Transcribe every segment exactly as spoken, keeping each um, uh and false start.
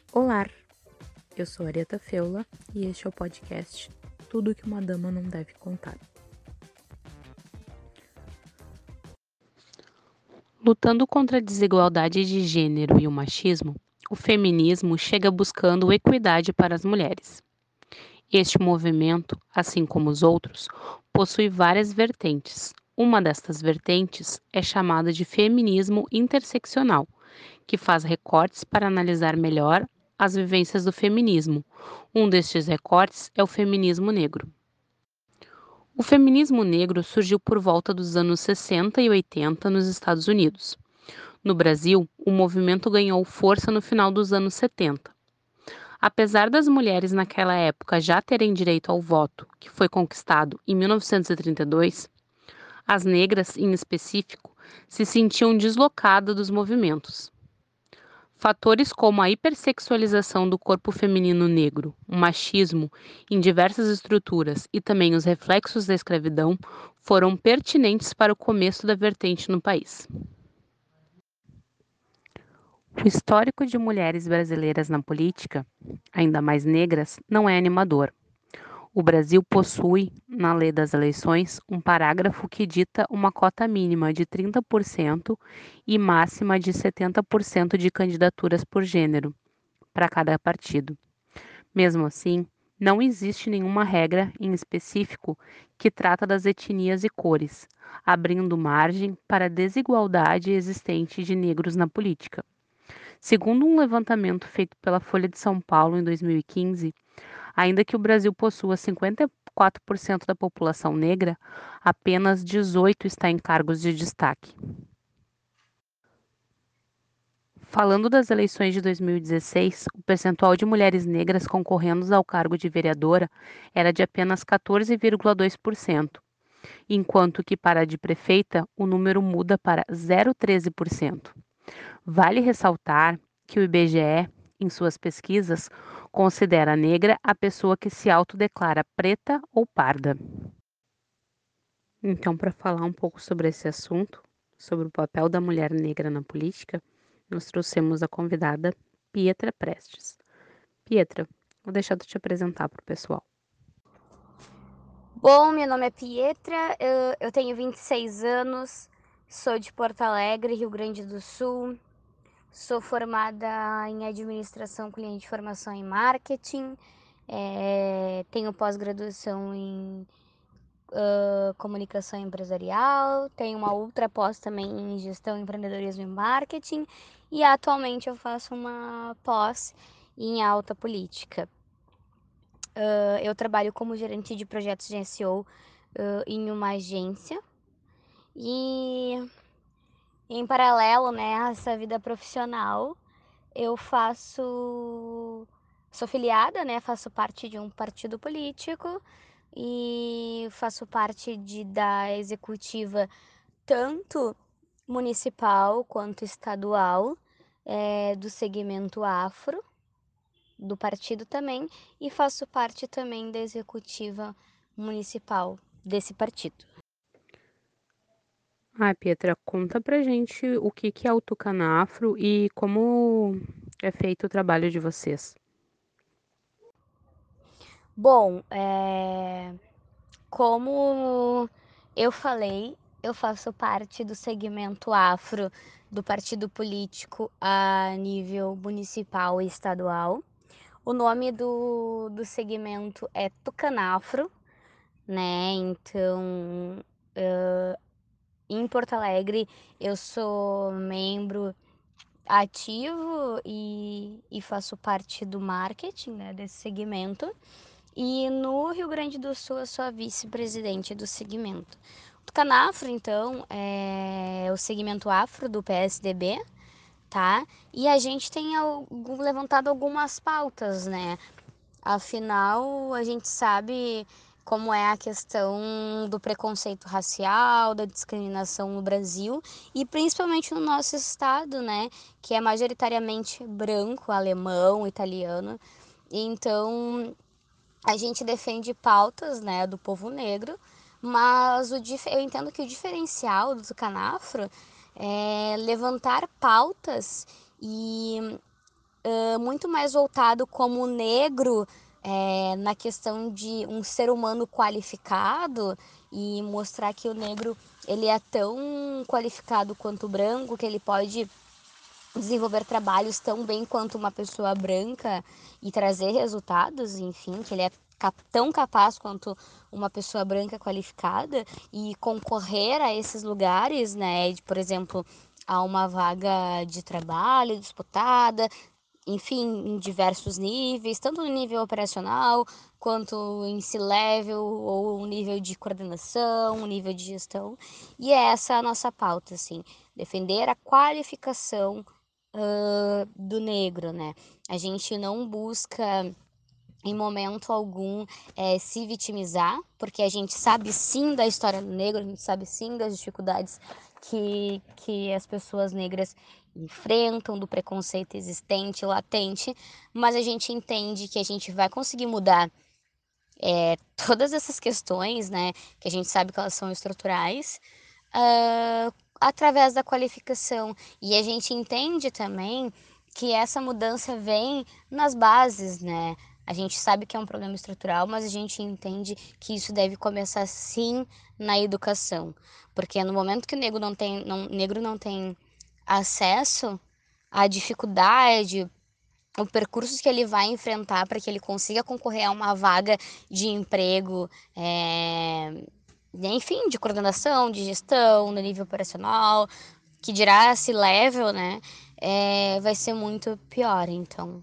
Olá, eu sou Arieta Feula e este é o podcast Tudo que uma dama não deve contar. Lutando contra a desigualdade de gênero e o machismo, o feminismo chega buscando equidade para as mulheres. Este movimento, assim como os outros, possui várias vertentes. Uma destas vertentes é chamada de feminismo interseccional, que faz recortes para analisar melhor as vivências do feminismo. Um destes recortes é o feminismo negro. O feminismo negro surgiu por volta dos anos sessenta e oitenta nos Estados Unidos. No Brasil, o movimento ganhou força no final dos anos setenta. Apesar das mulheres naquela época já terem direito ao voto, que foi conquistado em mil novecentos e trinta e dois, as negras, em específico, se sentiam deslocadas dos movimentos. Fatores como a hipersexualização do corpo feminino negro, o machismo em diversas estruturas e também os reflexos da escravidão foram pertinentes para o começo da vertente no país. O histórico de mulheres brasileiras na política, ainda mais negras, não é animador. O Brasil possui, na Lei das Eleições, um parágrafo que dita uma cota mínima de trinta por cento e máxima de setenta por cento de candidaturas por gênero para cada partido. Mesmo assim, não existe nenhuma regra em específico que trata das etnias e cores, abrindo margem para a desigualdade existente de negros na política. Segundo um levantamento feito pela Folha de São Paulo em dois mil e quinze, ainda que o Brasil possua cinquenta e quatro por cento da população negra, apenas dezoito por cento está em cargos de destaque. Falando das eleições de dois mil e dezesseis, o percentual de mulheres negras concorrendo ao cargo de vereadora era de apenas quatorze vírgula dois por cento, enquanto que para a de prefeita o número muda para zero vírgula treze por cento. Vale ressaltar que o I B G E, em suas pesquisas, considera negra a pessoa que se autodeclara preta ou parda. Então, para falar um pouco sobre esse assunto, sobre o papel da mulher negra na política, nós trouxemos a convidada Pietra Prestes. Pietra, vou deixar tu te apresentar para o pessoal. Bom, meu nome é Pietra, eu, eu tenho vinte e seis anos, sou de Porto Alegre, Rio Grande do Sul, sou formada em administração com linha de formação em marketing, é, tenho pós-graduação em uh, comunicação empresarial, tenho uma outra pós também em gestão, empreendedorismo e marketing, e atualmente eu faço uma pós em alta política. Uh, eu trabalho como gerente de projetos de S E O uh, em uma agência e em paralelo, né, a essa vida profissional, eu faço sou filiada, né, faço parte de um partido político e faço parte de da executiva tanto municipal quanto estadual, é, do segmento afro do partido também e faço parte também da executiva municipal desse partido. Ah, Pietra, conta pra gente o que que é o Tucanafro e como é feito o trabalho de vocês. Bom, é... como eu falei, eu faço parte do segmento afro do partido político a nível municipal e estadual. O nome do, do segmento é Tucanafro, né? Então, uh, em Porto Alegre, eu sou membro ativo e, e faço parte do marketing, né, desse segmento. E no Rio Grande do Sul, eu sou a vice-presidente do segmento. O Canafro, então, é o segmento afro do P S D B, tá? E a gente tem algum, levantado algumas pautas, né? Afinal, a gente sabe como é a questão do preconceito racial, da discriminação no Brasil e principalmente no nosso estado, né, que é majoritariamente branco, alemão, italiano. Então, a gente defende pautas, né, do povo negro, mas o, eu entendo que o diferencial do Tucanafro é levantar pautas e uh, muito mais voltado como negro, é, na questão de um ser humano qualificado e mostrar que o negro ele é tão qualificado quanto o branco, que ele pode desenvolver trabalhos tão bem quanto uma pessoa branca e trazer resultados, enfim, que ele é tão capaz quanto uma pessoa branca qualificada e concorrer a esses lugares, né, de, por exemplo, a uma vaga de trabalho disputada, enfim, em diversos níveis, tanto no nível operacional, quanto em C-level, ou um nível de coordenação, um nível de gestão. E é essa a nossa pauta, assim, defender a qualificação uh, do negro, né? A gente não busca em momento algum é, se vitimizar, porque a gente sabe sim da história do negro, a gente sabe sim das dificuldades que, que as pessoas negras enfrentam, do preconceito existente, latente, mas a gente entende que a gente vai conseguir mudar é, todas essas questões, né, que a gente sabe que elas são estruturais, uh, através da qualificação. E a gente entende também que essa mudança vem nas bases, né? A gente sabe que é um problema estrutural, mas a gente entende que isso deve começar sim na educação. Porque no momento que o negro não tem, não, negro não tem acesso à dificuldade, o percurso que ele vai enfrentar para que ele consiga concorrer a uma vaga de emprego, é, enfim, de coordenação, de gestão, no nível operacional, que dirá esse level, né, é, vai ser muito pior, então.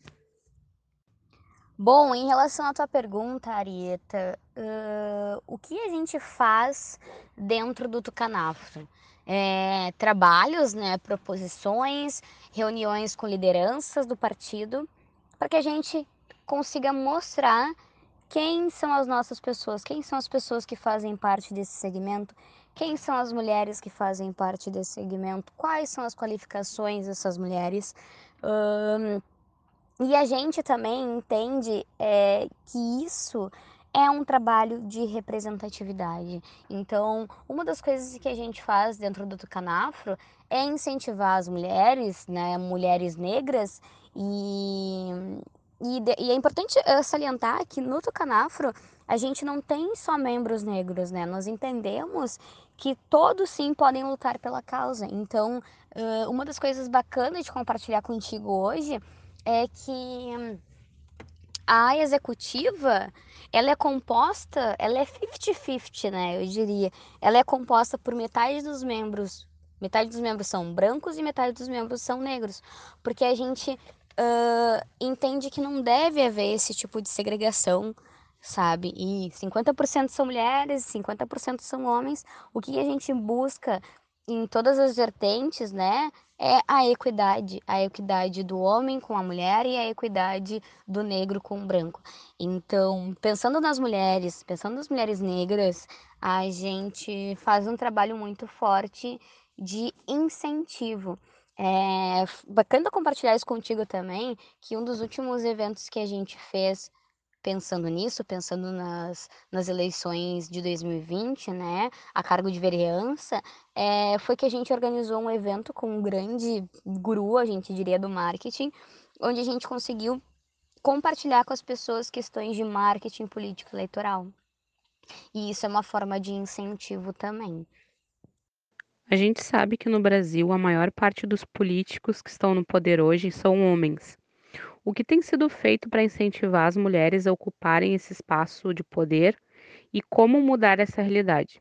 Bom, em relação à tua pergunta, Arieta, uh, o que a gente faz dentro do Tucanafro? É, trabalhos, né, proposições, reuniões com lideranças do partido, para que a gente consiga mostrar quem são as nossas pessoas, quem são as pessoas que fazem parte desse segmento, quem são as mulheres que fazem parte desse segmento, quais são as qualificações dessas mulheres. Um, e a gente também entende é, que isso é um trabalho de representatividade. Então, uma das coisas que a gente faz dentro do Tucanafro é incentivar as mulheres, né, mulheres negras, e, e, de, e é importante uh, salientar que no Tucanafro a gente não tem só membros negros, né? Nós entendemos que todos sim podem lutar pela causa. Então, uh, uma das coisas bacanas de compartilhar contigo hoje é que a executiva, ela é composta, ela é cinquenta cinquenta, né, eu diria. Ela é composta por metade dos membros, metade dos membros são brancos e metade dos membros são negros, porque a gente uh, entende que não deve haver esse tipo de segregação, sabe? E cinquenta por cento são mulheres, cinquenta por cento são homens. O que a gente busca em todas as vertentes, né, é a equidade, a equidade do homem com a mulher e a equidade do negro com o branco. Então, pensando nas mulheres, pensando nas mulheres negras, a gente faz um trabalho muito forte de incentivo. É bacana compartilhar isso contigo também, que um dos últimos eventos que a gente fez pensando nisso, pensando nas, nas eleições de dois mil e vinte, né, a cargo de vereança, é, foi que a gente organizou um evento com um grande guru, a gente diria, do marketing, onde a gente conseguiu compartilhar com as pessoas questões de marketing político eleitoral. E isso é uma forma de incentivo também. A gente sabe que no Brasil a maior parte dos políticos que estão no poder hoje são homens. O que tem sido feito para incentivar as mulheres a ocuparem esse espaço de poder e como mudar essa realidade?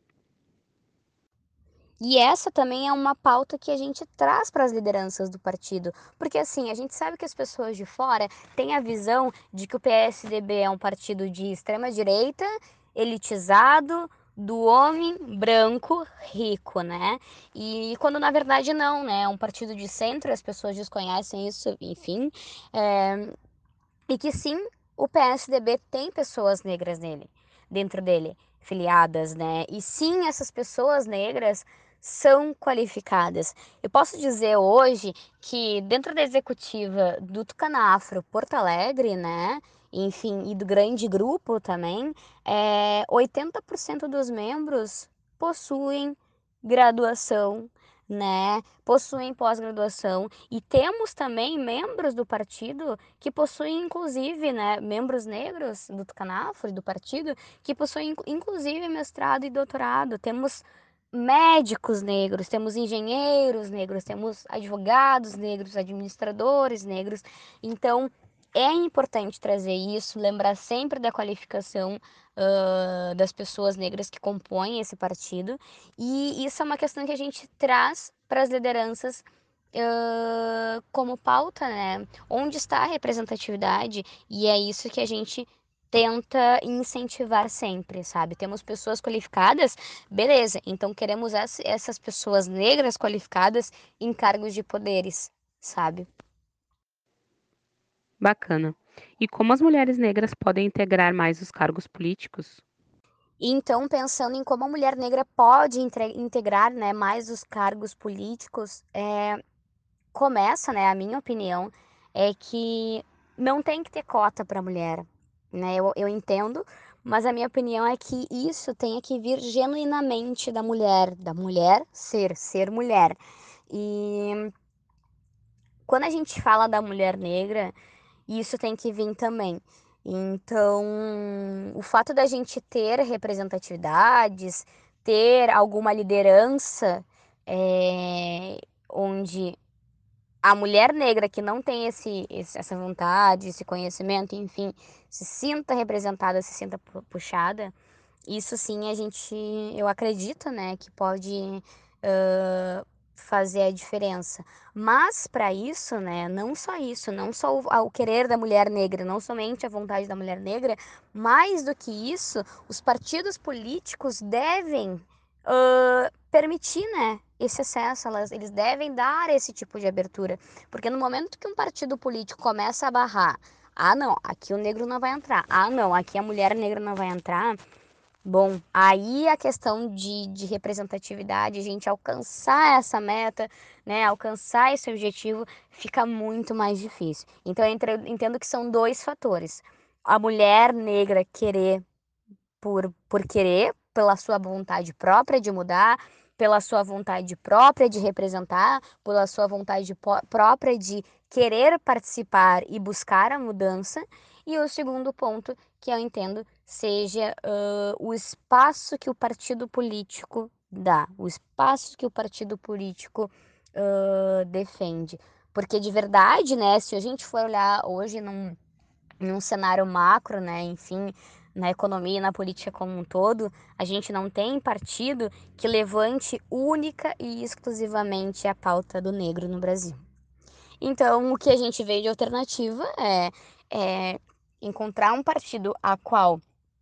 E essa também é uma pauta que a gente traz para as lideranças do partido, porque assim, a gente sabe que as pessoas de fora têm a visão de que o P S D B é um partido de extrema direita, elitizado, do homem branco rico, né? E quando na verdade não, né? É um partido de centro, as pessoas desconhecem isso, enfim. É, e que sim, o P S D B tem pessoas negras nele, dentro dele, filiadas, né? E sim, essas pessoas negras são qualificadas. Eu posso dizer hoje que dentro da executiva do Tucanafro Porto Alegre, né? Enfim, e do grande grupo também, é, oitenta por cento dos membros possuem graduação né, possuem pós-graduação e temos também membros do partido que possuem inclusive, né, membros negros do Tucanafro, do partido, que possuem inclusive mestrado e doutorado. Temos médicos negros, temos engenheiros negros, temos advogados negros, administradores negros. Então, é importante trazer isso, lembrar sempre da qualificação, hã, das pessoas negras que compõem esse partido, e isso é uma questão que a gente traz para as lideranças, hã, como pauta, né. Onde está a representatividade? E é isso que a gente tenta incentivar sempre, sabe. Temos pessoas qualificadas, beleza, então queremos essa essas pessoas negras qualificadas em cargos de poderes, sabe. Bacana. E como as mulheres negras podem integrar mais os cargos políticos? Então, pensando em como a mulher negra pode entre integrar, né, mais os cargos políticos, eh, começa, né, a minha opinião é que não tem que ter cota para mulher, né, eu eu entendo, mas a minha opinião é que isso tenha que vir genuinamente da mulher, da mulher ser, ser mulher. E quando a gente fala da mulher negra, isso tem que vir também. Então, o fato da gente ter representatividades, ter alguma liderança, eh, onde a mulher negra que não tem esse esse essa vontade, esse conhecimento, enfim, se sinta representada, se sinta pu puxada, isso sim a gente eu acredito, né, que pode, hã, fazer a diferença. Mas para isso, né, não só isso, não só o a o querer da mulher negra, não somente a vontade da mulher negra, mais do que isso, os partidos políticos devem, hã, permitir, né, esse acesso, elas eles devem dar esse tipo de abertura, porque no momento que um partido político começa a barrar: "Ah não, aqui o negro não vai entrar. Ah não, aqui a mulher negra não vai entrar", bom, aí a questão de de representatividade, a gente alcançar essa meta, né, alcançar esse objetivo, fica muito mais difícil. Então eu entre entendo que são dois fatores: a mulher negra querer por por querer, pela sua vontade própria de mudar, pela sua vontade própria de representar, pela sua vontade po própria de querer participar e buscar a mudança. E o segundo ponto, que eu entendo seja, hã, o espaço que o partido político dá, o espaço que o partido político, hã, defende. Porque de verdade, né, se a gente for olhar hoje num num cenário macro, né, enfim, na economia e na política como um todo, a gente não tem partido que levante única e exclusivamente a pauta do negro no Brasil. Então, o que a gente vê de alternativa é é encontrar um partido a qual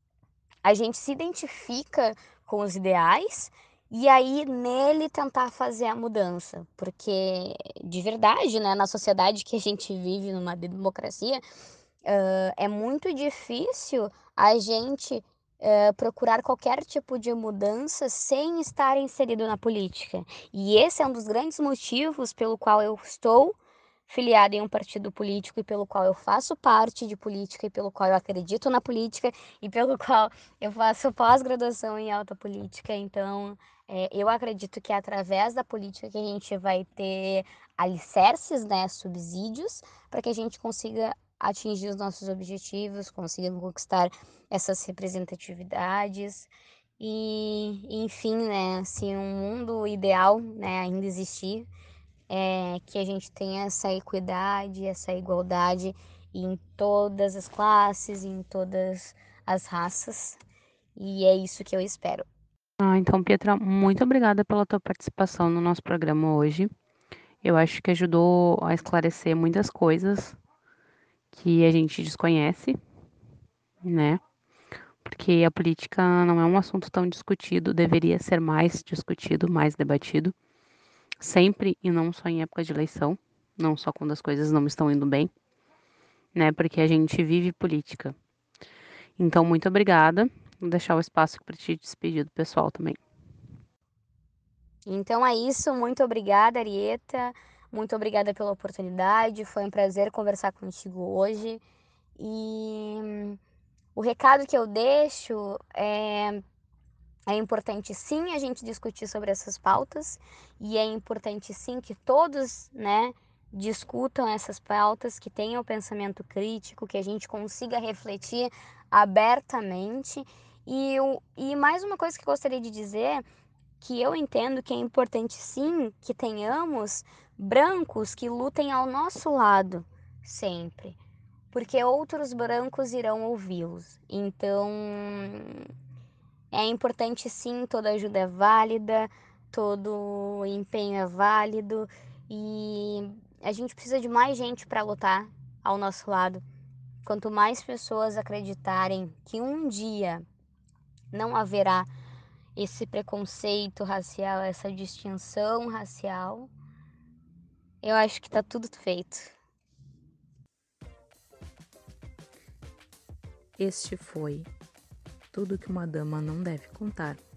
a gente se identifica com os ideais, e aí nele tentar fazer a mudança, porque de verdade, né, na sociedade que a gente vive, numa democracia, hã, é muito difícil a gente, hã, procurar qualquer tipo de mudança sem estar inserido na política. E esse é um dos grandes motivos pelo qual eu estou filiada em um partido político e pelo qual eu faço parte de política e pelo qual eu acredito na política e pelo qual eu faço pós-graduação em alta política. Então, eh, eu acredito que é através da política que a gente vai ter alicerces, né, subsídios, para que a gente consiga atingir os nossos objetivos, consiga conquistar essas representatividades e, enfim, né, se um mundo ideal, né, ainda existir, é que a gente tenha essa equidade, essa igualdade em todas as classes, em todas as raças, e é isso que eu espero. Ah, então, Pietra, muito obrigada pela tua participação no nosso programa hoje. Eu acho que ajudou a esclarecer muitas coisas que a gente desconhece, né? Porque a política não é um assunto tão discutido, deveria ser mais discutido, mais debatido, sempre e não só em época de eleição, não só quando as coisas não estão indo bem, né? Porque a gente vive política. Então, muito obrigada. Vou deixar o espaço para te despedir do pessoal também. Então é isso, muito obrigada, Arieta, muito obrigada pela oportunidade, foi um prazer conversar contigo hoje. E hum, o recado que eu deixo é É importante sim a gente discutir sobre essas pautas e é importante sim que todos, né, discutam essas pautas, que tenham pensamento crítico, que a gente consiga refletir abertamente. E, eu, e mais uma coisa que eu gostaria de dizer, que eu entendo que é importante sim que tenhamos brancos que lutem ao nosso lado sempre, porque outros brancos irão ouvi-los. Então, é importante sim, toda ajuda é válida, todo empenho é válido e a gente precisa de mais gente para lutar ao nosso lado. Quanto mais pessoas acreditarem que um dia não haverá esse preconceito racial, essa distinção racial, eu acho que está tudo feito. Este foi Tudo que uma Dama Não Deve Contar,